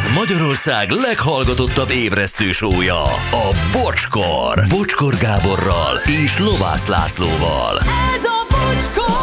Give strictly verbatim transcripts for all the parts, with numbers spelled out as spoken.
Ez Magyarország leghallgatottabb ébresztő show-ja, a Bocskor. Bocskor Gáborral és Lovász Lászlóval. Ez a Bocskor!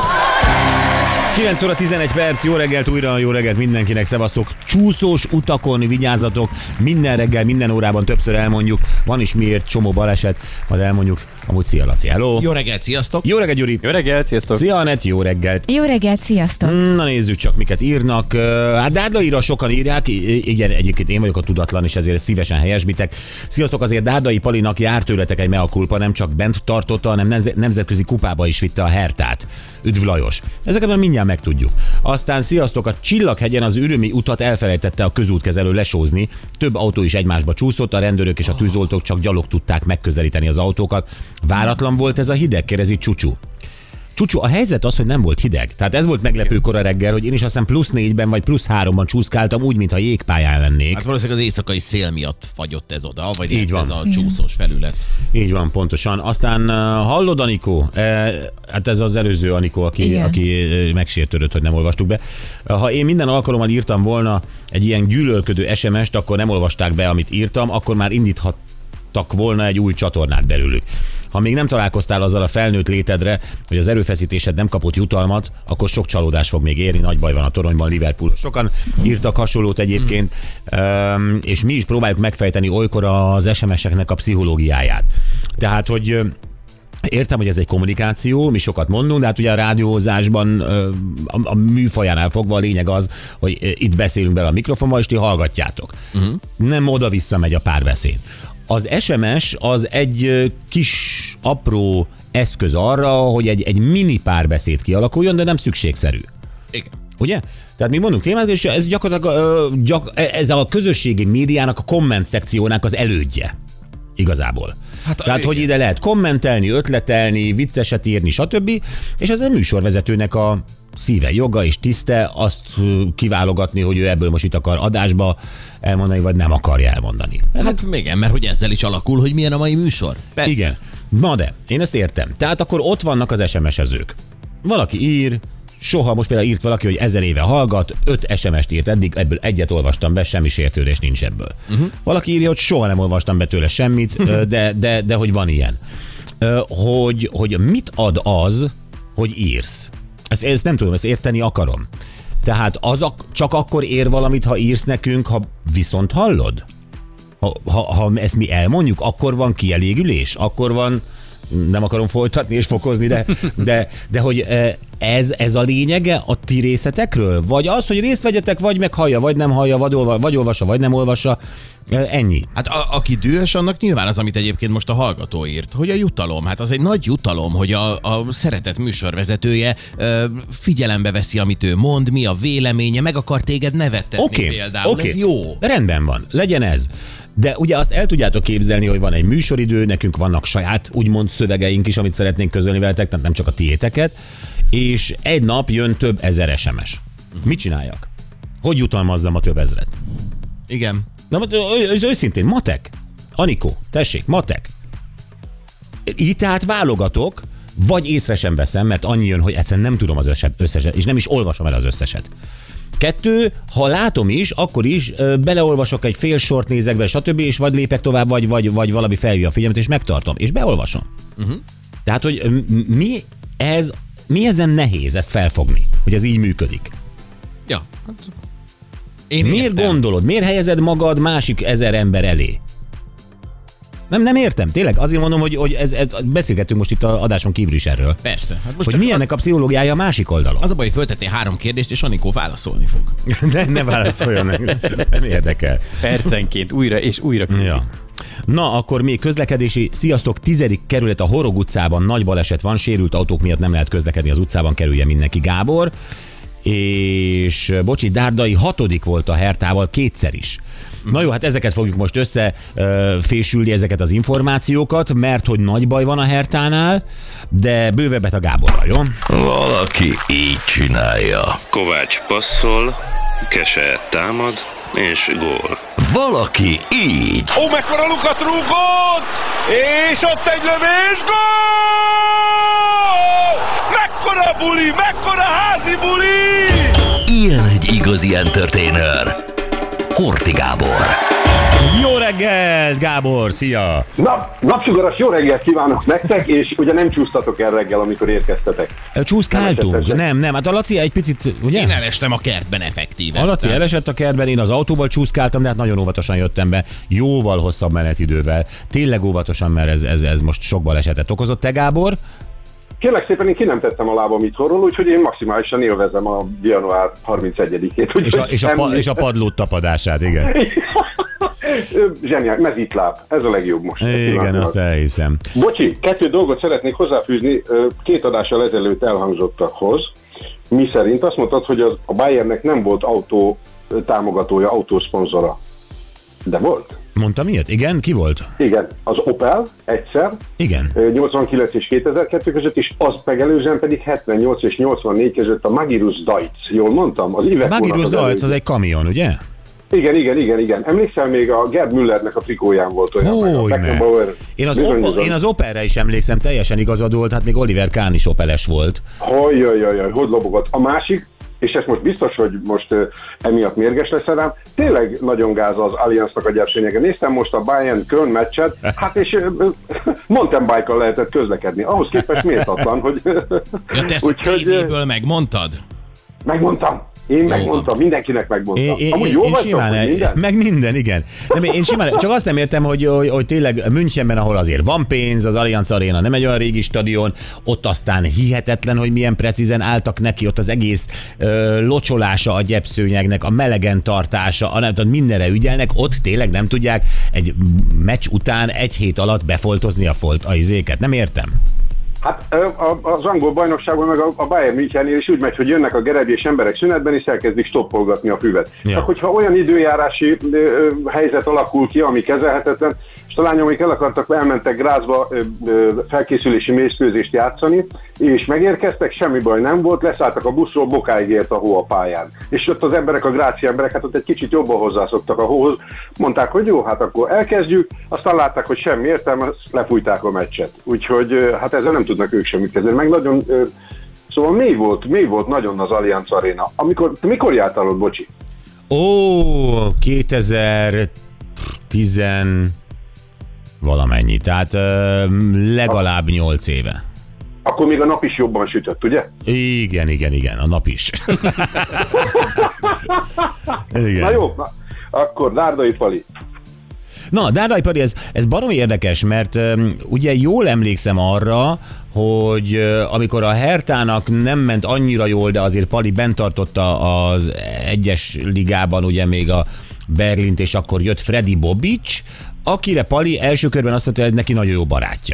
kilenc óra tizenegy perc, jó reggelt, újra jó reggelt mindenkinek, szevasztok. Csúszós utakon vigyázzatok, minden reggel, minden órában többször elmondjuk. Van is miért, csomó baleset, majd elmondjuk. Amúgy szia Laci, hello! Jó reggelt, sziasztok! Jó reggelt, Gyuri! Jó reggelt, sziasztok! Szia Anett, jó reggelt! Jó reggelt, sziasztok! Na nézzük csak, miket írnak. Hát Dárdaira sokan írják, igen, egyébként én vagyok a tudatlan, és ezért szívesen helyesbitek. Sziasztok, azért Dárdai Palinak jár tőletek egy mea culpa, nem csak bent tartotta, hanem nemzetközi kupába is vitte a Hertát. Üdv Lajos! Ezeket már mindjárt megtudjuk. Aztán sziasztok, a Csillaghegyen az ürömi utat elfelejtette a közútkezelő lesózni. Több autó is egymásba csúszott, a rendőrök és a tűzoltók csak gyalog tudták megközelíteni az autókat. Váratlan volt ez a hideg, kérdezi Csucsu. Csucsu, a helyzet az, hogy nem volt hideg. Tehát ez volt meglepő kora reggel, hogy én is azt hiszem plusz négyben vagy plusz háromban csúszkáltam, úgy, mintha jégpályán lennék. Hát valószínűleg az éjszakai szél miatt fagyott ez oda, vagy így van. Ez a csúszós felület. Így van, pontosan. Aztán uh, hallod, Anikó? Uh, hát ez az előző Anikó, aki, aki uh, megsértődött, hogy nem olvastuk be. Uh, ha én minden alkalommal írtam volna egy ilyen gyűlölködő es em est, akkor nem olvasták be, amit írtam, akkor már indíthattak volna egy új csatornát belőlük. Ha még nem találkoztál azzal a felnőtt létedre, hogy az erőfeszítésed nem kapott jutalmat, akkor sok csalódás fog még érni, nagy baj van a toronyban, Liverpool. Sokan írtak hasonlót egyébként, mm. és mi is próbáljuk megfejteni olykor az es em eseknek a pszichológiáját. Tehát, hogy értem, hogy ez egy kommunikáció, mi sokat mondunk, de hát ugye a rádiózásban a, a műfajánál fogva a lényeg az, hogy itt beszélünk bele a mikrofonba, és ti hallgatjátok. Uh-huh. Nem oda-vissza megy a párbeszéd. Az es em es az egy kis, apró eszköz arra, hogy egy, egy mini párbeszéd kialakuljon, de nem szükségszerű. Igen. Ugye? Tehát mi mondunk témát, és ez gyakorlatilag gyak, ez a közösségi médiának, a komment szekciónak az elődje. Igazából. Hát, Tehát, igen. hogy ide lehet kommentelni, ötletelni, vicceset írni, stb. És ez a műsorvezetőnek a szíve, joga és tiszte azt kiválogatni, hogy ő ebből most itt akar adásba elmondani, vagy nem akarja elmondani. Hát igen, mert hogy ezzel is alakul, hogy milyen a mai műsor. Persze. Igen. Na de, én ezt értem. Tehát akkor ott vannak az es em es-ezők. Valaki ír, soha most például írt valaki, hogy ezer éve hallgat, öt es em est írt eddig, ebből egyet olvastam be, semmi sértődés nincs ebből. Uh-huh. Valaki írja, hogy soha nem olvastam be tőle semmit, uh-huh. de, de, de hogy van ilyen. Hogy, hogy mit ad az, hogy írsz? Ezt, ezt nem tudom, ezt érteni akarom. Tehát az a, csak akkor ér valamit, ha írsz nekünk, ha viszont hallod? Ha, ha, ha ezt mi elmondjuk, akkor van kielégülés, akkor van, nem akarom folytatni és fokozni, de, de, de hogy ez, ez a lényege a ti részetekről? Vagy az, hogy részt vegyetek, vagy meghallja, vagy nem hallja, vagy, olva, vagy olvassa, vagy nem olvassa. Ennyi. Hát a, aki dühös, annak nyilván az, amit egyébként most a hallgató írt, hogy a jutalom, hát az egy nagy jutalom, hogy a, a szeretett műsorvezetője ö, figyelembe veszi, amit ő mond, mi a véleménye, meg akar téged nevettetni okay, például. Okay. Ez jó. Rendben van, legyen ez. De ugye azt el tudjátok képzelni, hogy van egy műsoridő, nekünk vannak saját úgymond szövegeink is, amit szeretnénk közölni veletek, tehát nem csak a tiéteket, és egy nap jön több ezer es em es. Uh-huh. Mit csináljak? Hogy jutalmazzam a több ezret? Igen. Na, őszintén, matek. Anikó, tessék, matek. Így tehát válogatok, vagy észre sem veszem, mert annyi jön, hogy egyszerűen nem tudom az összeset, és nem is olvasom el az összeset. Kettő, ha látom is, akkor is ö, beleolvasok egy fél sort, nézek be, stb., és vagy lépek tovább, vagy, vagy, vagy valami felhívja a figyelmet, és megtartom, és beolvasom. Uh-huh. Tehát, hogy mi ez, mi ezen nehéz ezt felfogni, hogy ez így működik? Ja, hát... Én miért értem. Gondolod, miért helyezed magad másik ezer ember elé? Nem, nem értem, tényleg. Azért mondom, hogy, hogy ez, ez, beszélgetünk most itt az adáson kívül is erről. Persze. Hát most hogy mi ennek a pszichológiája a másik oldalon? Az a baj, hogy föltettél három kérdést, és Anikó válaszolni fog. De ne válaszoljon, nem, nem érdekel. Percenként újra és újra. Ja. Na, akkor még közlekedési. Sziasztok, tizedik kerület a Horog utcában, nagy baleset van, sérült autók miatt nem lehet közlekedni az utcában, kerülje mindenki. Gábor. És bocsi, Dárdai hatodik volt a Hertával kétszer is. Na jó, hát ezeket fogjuk most összefésülni, ezeket az információkat, mert hogy nagy baj van a Hertánál, de bővebbet a Gáborral, jó? Valaki így csinálja. Kovács passzol, Kese támad, és gól. Valaki így. Ó, mekkora lukat rúgott! És ott egy lövés, gól! Mekkora buli, mekkora házi buli! Ilyen egy igazi entertainer. Horthy Gábor. Jó reggelt, Gábor, szia! Nap, napsugaras jó reggelt kívánok nektek, és ugye nem csúsztatok el reggel, amikor érkeztetek. Csúszkáltunk? Nem, nem, nem, hát a Laci egy picit, ugye? Én elestem a kertben effektíven. A Laci Tehát- elesett a kertben, én az autóval csúszkáltam, de hát nagyon óvatosan jöttem be, jóval hosszabb menetidővel. Tényleg óvatosan, mert ez, ez, ez most sok balesetet okozott. Te, Gábor? Kérlek szépen, én ki nem tettem a lábam itthonról, úgyhogy én maximálisan élvezem a január harmincegyedikét. És a, és a, pa, és a padlót tapadását, igen. Zseniál, mezitláb, ez a legjobb most. Igen, azt elhiszem. Bocsi, kettő dolgot szeretnék hozzáfűzni két adással ezelőtt elhangzottakhoz. Mi szerint azt mondtad, hogy az, a Bayernnek nem volt autó támogatója, autószponzora. De volt? Mondtam ilyet? Igen, ki volt? Igen, az Opel egyszer, Igen. nyolcvankilenc és kétezer-kettő között, és azt megelőzően pedig hetvennyolc és nyolcvannégy között a Magirus Deutz. Jól mondtam? Az Iveco-nak Magirus az Deutz, előző. az egy kamion, ugye? Igen, igen, igen, igen. Emlékszel, még a Gerd Müllernek a trikóján volt olyan. meg a Hogyne. Beckenbauer. Én az, Bizony, Opel, bizony. én az Opelre is emlékszem, teljesen igazad volt, hát még Oliver Kahn is Opeles volt. Hajjajajaj, hogy lobogott. A másik, és ez most biztos, hogy most uh, emiatt mérges lesz rám, tényleg nagyon gáz az Allianznak a gyersenyege. Néztem most a Bayern-Köln meccset, hát és uh, mountain bike-kal lehetett közlekedni. Ahhoz képest méltatlan, hogy... Ja, te ezt a Úgyhogy, tévéből megmondtad? megmondtam. Én megmondtam, mindenkinek megmondtam. Én, én, Amúgy én, jól én vagytok, simán, hogy minden? meg minden, igen. Nem, én simán, csak azt nem értem, hogy, hogy, hogy tényleg Münchenben, ahol azért van pénz, az Allianz Arena nem egy olyan régi stadion, ott aztán hihetetlen, hogy milyen precízen álltak neki, ott az egész ö, locsolása a gyepszőnyegnek, a melegen tartása, a, nem tudom, mindenre ügyelnek, ott tényleg nem tudják egy meccs után egy hét alatt befoltozni a, folt, a izéket. Nem értem. Hát ö, a- az angol bajnokságban meg a, a Bayern Münchennél is úgy megy, hogy jönnek a gerebjés emberek szünetben, és elkezdik stoppolgatni a füvet. Ja. Csak hogyha olyan időjárási ö, ö, helyzet alakul ki, ami kezelhetetlen, és a lányom, amik el akartak, elmentek Grazba ö, ö, felkészülési mészkőzést játszani, és megérkeztek, semmi baj nem volt, leszálltak a buszról, bokáig ért a hó a pályán. És ott az emberek, a gráci emberek, hát ott egy kicsit jobban hozzászoktak a hóhoz, mondták, hogy jó, hát akkor elkezdjük, aztán látták, hogy semmi értelme, lefújták a meccset. Úgyhogy ö, hát ezzel nem tudnak ők semmit kezdeni. Meg nagyon, ö, szóval mély volt, mély volt nagyon az Allianz Arena. Amikor, te mikor jártál ott, bocsi? Ó, kétezer-tíz valamennyi, tehát ö, legalább nyolc éve. Akkor még a nap is jobban sütött, ugye? Igen, igen, igen, a nap is. Igen. Na jó, na, akkor Dárdai Pali. Na, Dárdai Pali, ez, ez baromi érdekes, mert um, ugye jól emlékszem arra, hogy uh, amikor a Hertának nem ment annyira jól, de azért Pali bent tartotta az egyes ligában ugye még a Berlint, és akkor jött Freddy Bobic, akire Pali első körben azt mondta, hogy neki nagyon jó barátja.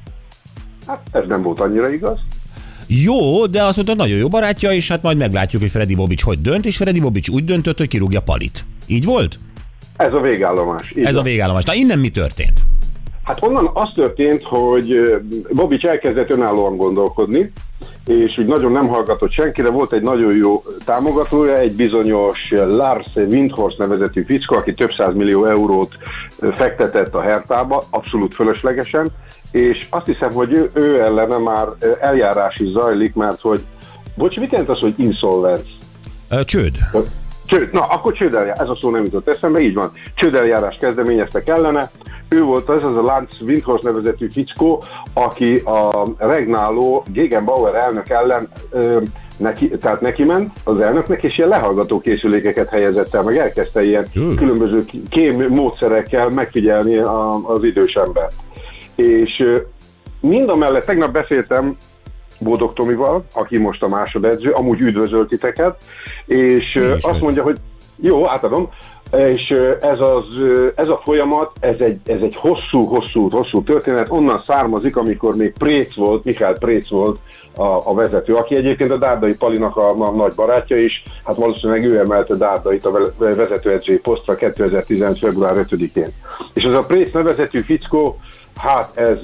Hát ez nem volt annyira igaz. Jó, de azt mondta, nagyon jó barátja, és hát majd meglátjuk, hogy Freddy Bobic hogy dönt, és Freddy Bobic úgy döntött, hogy kirúgja Palit. Így volt? Ez a végállomás. Így Ez van. a végállomás. Na, innen mi történt? Hát onnan az történt, hogy Bobic elkezdett önállóan gondolkodni, és úgy nagyon nem hallgatott senkire, volt egy nagyon jó támogatója, egy bizonyos Lars Windhorst nevezetű fickó, aki több százmillió eurót fektetett a Hertába, abszolút fölöslegesen, és azt hiszem, hogy ő, ő ellene már eljárás is zajlik, mert hogy, bocs, mit jelent az, hogy insolvenc? Ö, csőd. Csőd, na, akkor csődeljárás, ez a szó nem jutott eszembe, így van. Csődeljárást kezdeményeztek ellene. Ő volt az, az a Lance Windhorst nevezetű fickó, aki a regnáló Gegenbauer elnök ellen ö, neki, tehát neki ment az elnöknek, és ilyen lehallgató készülékeket helyezett el, meg elkezdte ilyen Hm. különböző kém módszerekkel megfigyelni a, az idős embert. És ö, mind a mellett tegnap beszéltem Bódog Tomival, aki most a másodedző, amúgy üdvözölt titeket, és Mi is azt vagy. mondja, hogy jó, átadom, és ez, az, ez a folyamat, ez egy, ez egy hosszú, hosszú, hosszú történet, onnan származik, amikor még Précz volt, Michael Précz volt a, a vezető, aki egyébként a Dárdai Palinak a, a nagy barátja is, hát valószínűleg ő emelte Dárdait a vezetőedzői posztra kétezer-tizenöt. február ötödikén. És ez a Précz nevezetű fickó, hát ez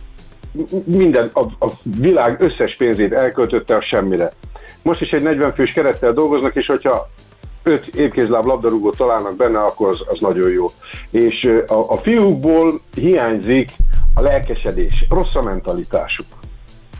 minden, a, a világ összes pénzét elköltötte a semmire. Most is egy negyven fős kerettel dolgoznak, és hogyha öt épkézláb labdarúgót találnak benne, akkor az, az nagyon jó. És a, a fiúkból hiányzik a lelkesedés, rossz a mentalitásuk.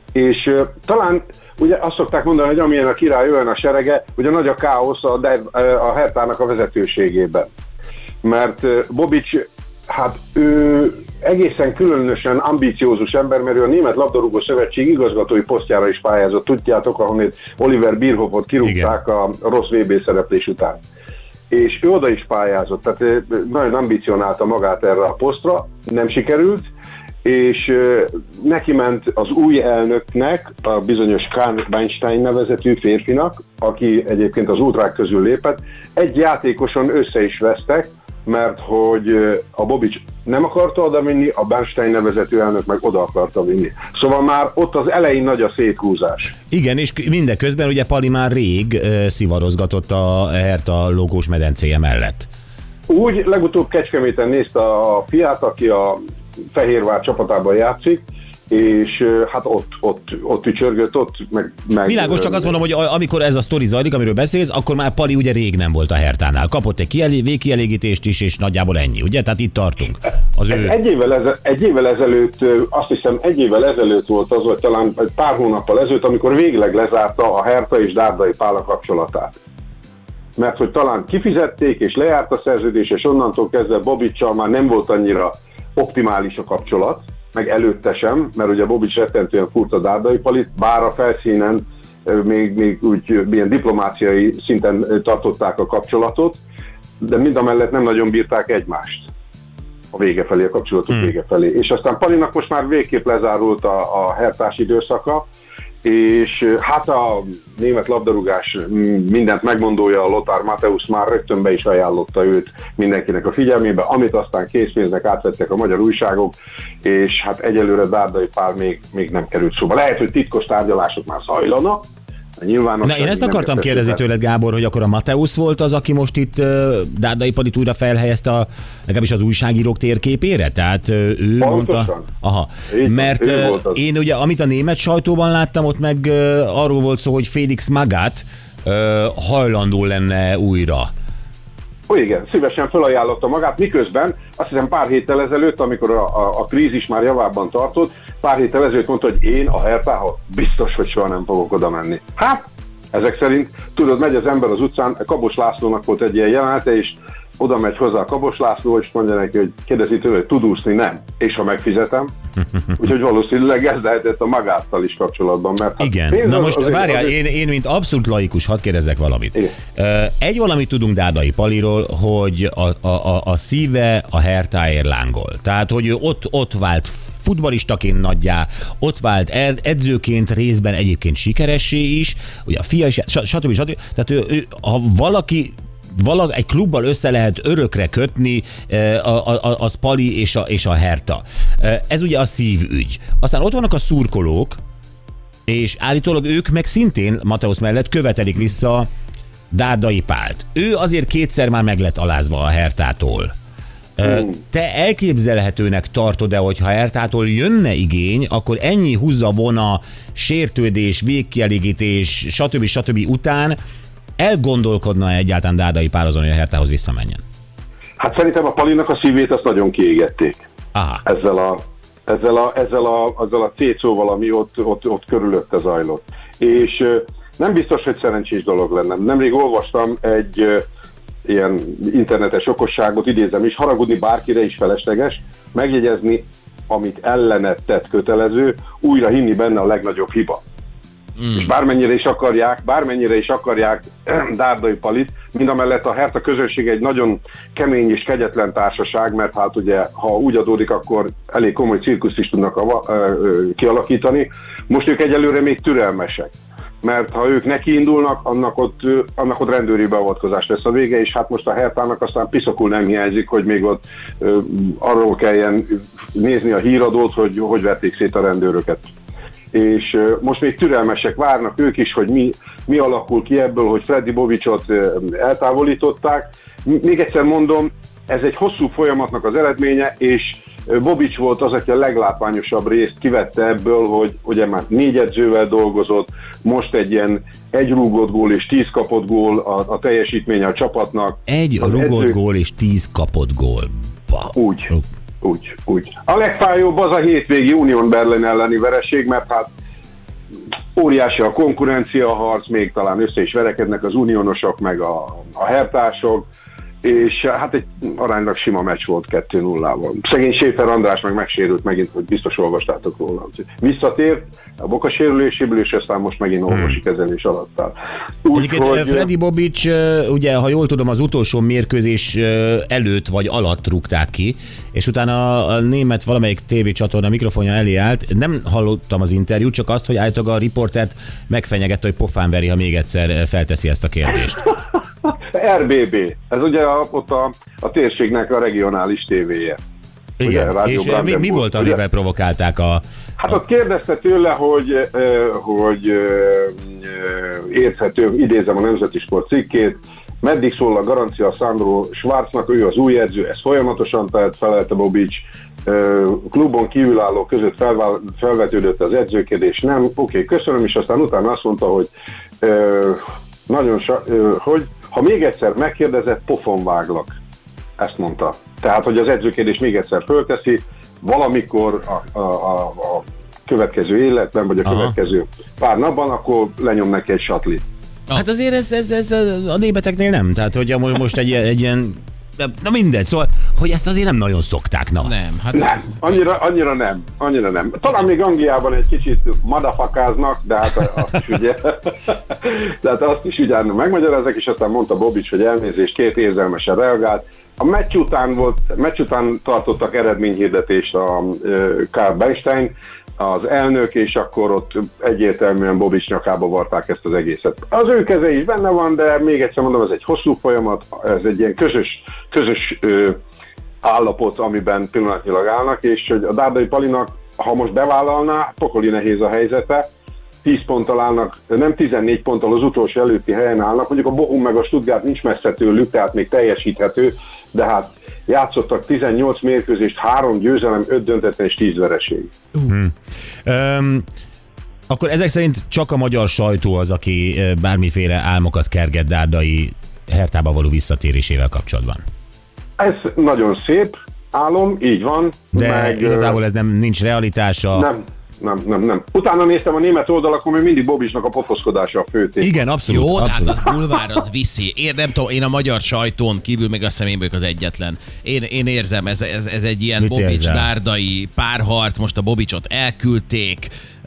És uh, talán ugye azt szokták mondani, hogy amilyen a király, olyan a serege, ugye nagy a káosz a, a Hertának a vezetőségében. Mert uh, Bobic, hát ő egészen különösen ambíciózus ember, mert ő a Német Labdarúgó Szövetség igazgatói posztjára is pályázott, tudjátok, ahonnét Oliver Bierhoffot kirúgták a rossz vé bé szereplés után. És ő oda is pályázott, tehát nagyon ambicionálta magát erre a posztra, nem sikerült, és neki ment az új elnöknek, a bizonyos Karl Weinstein nevezetű férfinak, aki egyébként az ultrák közül lépett. Egy játékoson össze is vesztek, mert hogy a Bobic nem akarta oda vinni, a Bernstein nevezetű elnök meg oda akarta vinni. Szóval már ott az elején nagy a széthúzás. Igen, és mindeközben ugye Pali már rég uh, szivarozgatott a Hertha logós medencéje mellett. Úgy legutóbb Kecskeméten nézte a fiát, aki a Fehérvár csapatában játszik, és hát ott, ott, ott ücsörgött, ott meg... meg Világos, csak azt mondom, hogy amikor ez a sztori zajlik, amiről beszélsz, akkor már Pali ugye rég nem volt a Hertánál. Kapott egy kielé- végkielégítést is, és nagyjából ennyi, ugye? Tehát itt tartunk. Az ő... egy, évvel eze- egy évvel ezelőtt, azt hiszem egy évvel ezelőtt volt az, vagy talán pár hónappal ezelőtt, amikor végleg lezárta a Hertha és Dárdai Pál a kapcsolatát. Mert hogy talán kifizették, és lejárt a szerződés, és onnantól kezdve Bobicsal már nem volt annyira optimális a kapcsolat, meg előtte sem, mert ugye Bobic rettentően furta Dárdai Palit, bár a felszínen még, még úgy milyen diplomáciai szinten tartották a kapcsolatot, de mindamellett nem nagyon bírták egymást a vége felé, a kapcsolatok hmm. vége felé. És aztán Palinak most már végképp lezárult a, a hertás időszaka, és hát a német labdarúgás mindent megmondója, a Lothar Matthäus már rögtön be is ajánlotta őt mindenkinek a figyelmébe, amit aztán készpénznek átvettek a magyar újságok, és hát egyelőre Dárdai Pál még, még nem került szóba. Lehet, hogy titkos tárgyalások már zajlanak. Na, én ezt akartam kérdezni tőled, Gábor, hogy akkor a Matthäus volt az, aki most itt uh, Dárdai Palit újra felhelyezte a, legalábbis az újságírók térképére? Tehát uh, ő Pontosan. mondta... Aha, Így, mert uh, én ugye, amit a német sajtóban láttam, ott meg uh, arról volt szó, hogy Felix Magath uh, hajlandó lenne újra. Ó, igen, szívesen felajánlotta magát, miközben azt hiszem pár héttel ezelőtt, amikor a, a, a krízis már javában tartott, pár héttel ezelőtt mondta, hogy én a Hertához biztos, hogy soha nem fogok oda menni. Hát, ezek szerint, tudod, megy az ember az utcán, Kabos Lászlónak volt egy ilyen jelenete, és oda megy hozzá a Kabos László, és mondja neki, hogy kérdezi tőle, hogy tud úszni, nem. És ha megfizetem, úgyhogy valószínűleg ez lehetett a Magáttal is kapcsolatban. Mert hát igen, na most azért, várjál, azért... én, én mint abszolút laikus, hadd kérdezzek valamit. Igen. Egy valamit tudunk Dárdai Paliról, hogy a, a, a, a szíve a Hertáért lángol. Tehát, hogy ő ott, ott vált futballistaként nagyjá, ott vált edzőként részben egyébként sikeressé is, ugye a fia is, stb. stb. Tehát ő, ő, ha valaki Valag, egy klubbal össze lehet örökre kötni, az Pali és a, és a Hertha. Ez ugye a szívügy. Aztán ott vannak a szurkolók, és állítólag ők meg szintén Matthäus mellett követelik vissza Dárdai Pált. Ő azért kétszer már meg lett alázva a Herthától. Te elképzelhetőnek tartod-e, hogy ha Herthától jönne igény, akkor ennyi húzza vona, sértődés, végkielégítés, stb. stb. Után elgondolkodna egyáltalán Dárdai Pál azon, hogy a Herthához visszamenjen? Hát szerintem a Palinak a szívét azt nagyon kiégették. Aha. Ezzel a, ezzel a, ezzel a, ezzel a cécóval, ami ott, ott, ott körülötte zajlott. És nem biztos, hogy szerencsés dolog lenne. Nemrég olvastam egy uh, ilyen internetes okosságot, idézem is, haragudni bárkire is felesleges, megjegyezni, amit ellenet tett kötelező, újra hinni benne a legnagyobb hiba. Mm. És bármennyire is akarják, bármennyire is akarják Dárdai Palit, mindamellett a Hertha közösség egy nagyon kemény és kegyetlen társaság, mert hát ugye, ha úgy adódik, akkor elég komoly cirkuszt is tudnak a, ö, ö, kialakítani. Most ők egyelőre még türelmesek, mert ha ők nekiindulnak, annak ott, annak ott rendőri beavatkozás lesz a vége, és hát most a Hertának aztán piszakul nem hiányzik, hogy még ott ö, arról kelljen nézni a híradót, hogy hogy vették szét a rendőröket. És most még türelmesek, várnak ők is, hogy mi, mi alakul ki ebből, hogy Freddy Bobicot eltávolították. Még egyszer mondom, ez egy hosszú folyamatnak az eredménye, és Bobic volt az, aki a leglátványosabb részt kivette ebből, hogy ugye már négy edzővel dolgozott, most egy ilyen egy rúgott gól és tíz kapott gól a, a teljesítménye a csapatnak. Egy rúgott edző... gól és tíz kapott gól. Wow. Úgy. Úgy, úgy. A legfájóbb az a hétvégi Union Berlin elleni vereség, mert hát óriási a konkurencia harc, még talán össze is verekednek az unionosok, meg a, a hertások, és hát egy aránylag sima meccs volt kettő nullával. Szegény Séfer András meg megsérült megint, hogy biztos olvastátok róla. Visszatért a bokasérüléséből, és aztán most megint orvosi kezelés alatt áll. Egyébként hogy... Freddy Bobic, ugye, ha jól tudom, az utolsó mérkőzés előtt vagy alatt rúgták ki, és utána a német valamelyik tévécsatorna mikrofonja elé állt. Nem hallottam az interjút, csak azt, hogy állítólag a riportert megfenyegette, hogy pofán veri, ha még egyszer felteszi ezt a kérdést. er bé bé, ez ugye a, ott a, a térségnek a regionális tévéje. Igen, ugye, és mi, mi volt, amivel provokálták a... Hát ott kérdezte tőle, hogy, hogy érthető, idézem a Nemzeti Sport cikkét, meddig szól a garancia Sandro Schwarznak, ő az új edző, ez folyamatosan, tehát felelte Bobic, klubon kívülálló között felvál, felvetődött az edzőkérdés, nem, oké, okay, köszönöm, és aztán utána azt mondta, hogy nagyon, hogy ha még egyszer megkérdezett, pofon váglak. Ezt mondta. Tehát, hogy az edzőkérdés még egyszer fölteszi, valamikor a, a, a, a következő életben, vagy a Aha. következő pár napban, akkor lenyom neki egy satlit. Hát azért ez, ez, ez a németeknél nem. Tehát, hogy most egy, egy ilyen... Na mindegy, szóval, hogy ezt azért nem nagyon szokták, na. Nem, hát nem, annyira, annyira nem, annyira nem. Talán még Angliában egy kicsit madafakáznak, de hát azt is ugye, de hát azt is ugye megmagyarázzák, és aztán mondta Bobic, hogy elnézést, két érzelmesen reagált. A meccs után volt, meccs után tartottak eredményhirdetést a Karl Bernstein, az elnök, és akkor ott egyértelműen Bobic nyakába varták ezt az egészet. Az ő keze is benne van, de még egyszer mondom, ez egy hosszú folyamat, ez egy ilyen közös, közös ö, állapot, amiben pillanatnyilag állnak, és hogy a Dárdai Palinak, ha most bevállalná, pokoli nehéz a helyzete, tíz ponttal állnak, nem tizennégy ponttal az utolsó előtti helyen állnak, mondjuk a Bochum meg a Stuttgart nincs messze tőlük, tehát még teljesíthető, de hát játszottak tizennyolc mérkőzést, három győzelem, öt döntetlen és tíz vereség. Hmm. Um, akkor ezek szerint csak a magyar sajtó az, aki bármiféle álmokat kerget Dárdai Hertába való visszatérésével kapcsolatban. Ez nagyon szép álom, így van. De meg, igazából ez nem nincs realitása. Nem. Nem, nem, nem. Utána néztem a német oldalakon, még mindig Bobisnak a pofoszkodása a főtét. Igen, abszolút. Jó, abszolút. de hát az bulvár, az viszi. Én nem tudom, én a magyar sajtón kívül meg azt hiszem én vagyok az egyetlen. Én, én érzem, ez, ez, ez egy ilyen Bobic-Dárdai párharc, most a Bobicsot elküldték,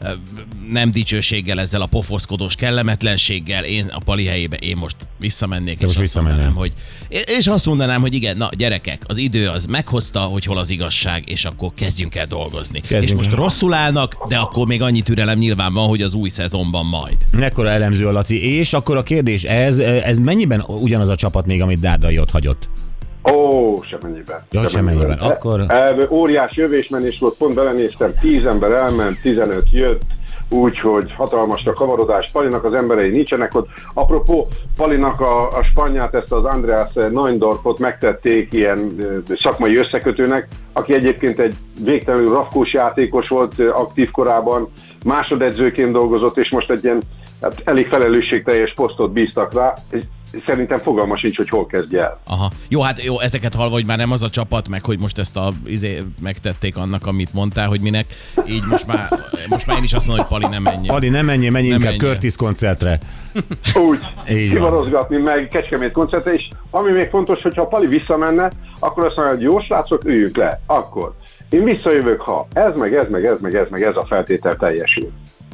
nem dicsőséggel, ezzel a pofoszkodós kellemetlenséggel, én a Pali helyébe én most visszamennék, és azt, mondanám, hogy, és azt mondanám, hogy igen, na gyerekek, az idő az meghozta, hogy hol az igazság, és akkor kezdjünk el dolgozni. Kezdjünk. És most rosszul állnak, de akkor még annyi türelem nyilván van, hogy az új szezonban majd. Mekkora elemző a Laci, és akkor a kérdés, ez, ez mennyiben ugyanaz a csapat még, amit Dárdai ott hagyott? Ó, semennyiben. Jó, semennyiben. Akkor... E, e, óriás jövésmenés volt, pont belenéztem, tíz ember elment, tizenöt jött, úgyhogy hatalmas a kavarodás. Palinak az emberei nincsenek ott. Apropó, Palinak a, a spanyát, ezt az Andreas Neundorfot megtették ilyen szakmai összekötőnek, aki egyébként egy végtelenül rafkós játékos volt aktív korában, másodedzőként dolgozott, és most egy ilyen hát elég felelősségteljes posztot bíztak rá. Szerintem fogalma sincs, hogy hol kezdje el. Aha. Jó, hát jó, ezeket hallva, hogy már nem az a csapat, meg hogy most ezt a, izé, megtették annak, amit mondtál, hogy minek. Így most már, most már én is azt mondom, hogy Pali nem menjen. Pali nem menjen, menj inkább menjen. Curtis koncertre. Úgy, kivarozgatni meg Kecskemét koncertre, és ami még fontos, hogyha a Pali visszamenne, akkor azt mondja, hogy jó srácok, üljünk le. Akkor én visszajövök, ha ez meg, ez meg, ez meg, ez meg, ez a feltétel teljesül.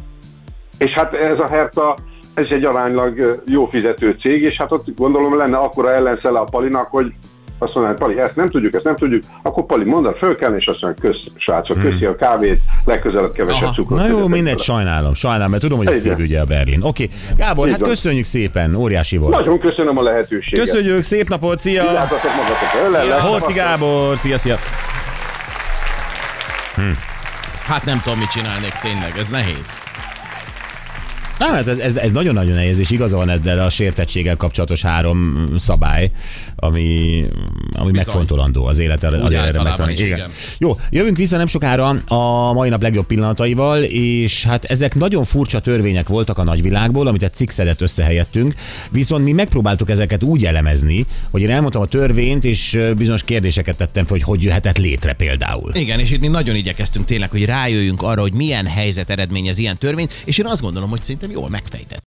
És hát ez a Hertha, ez egy aránylag jó fizető cég, és hát ott gondolom lenne akkora ellenszele a Palinak, hogy azt mondaná, hogy Pali, ezt nem tudjuk, ezt nem tudjuk, akkor Pali mondd, fölkelni, és azt mondja, kösz, srácok, köszi a kávét, legközelebb kevesebb cukrot. Na jó, mindegy, sajnálom, sajnálom, mert tudom, hogy a szép ügye a Berlin. Oké, okay. Gábor, így hát van. Köszönjük szépen, óriási volt. Nagyon köszönöm a lehetőséget. Köszönjük, szép napot, szia! Vigyázzatok magatokra. Horthy Gábor, szia, szia! Hm. Hát nem tudom, mit csinálnék tényleg, ez nehéz. Nem, hát ez, ez, ez nagyon-nagyon nehéz, és igaza van ezzel a sértettséggel kapcsolatos három szabály, ami, ami megfontolandó az élet. Az életre megtanulni. Igen. Igen. Jó, jövünk vissza nem sokára a mai nap legjobb pillanataival, és hát ezek nagyon furcsa törvények voltak a nagyvilágból, amit egy cikkszedet összehelyettünk, viszont mi megpróbáltuk ezeket úgy elemezni, hogy én elmondtam a törvényt, és bizonyos kérdéseket tettem fel, hogy hogy jöhetett létre például. Igen, és itt mi nagyon igyekeztünk tényleg, hogy rájöjjünk arra, hogy milyen helyzet eredményez ilyen törvényt, és én azt gondolom, hogy szerintem jól megfejtettük.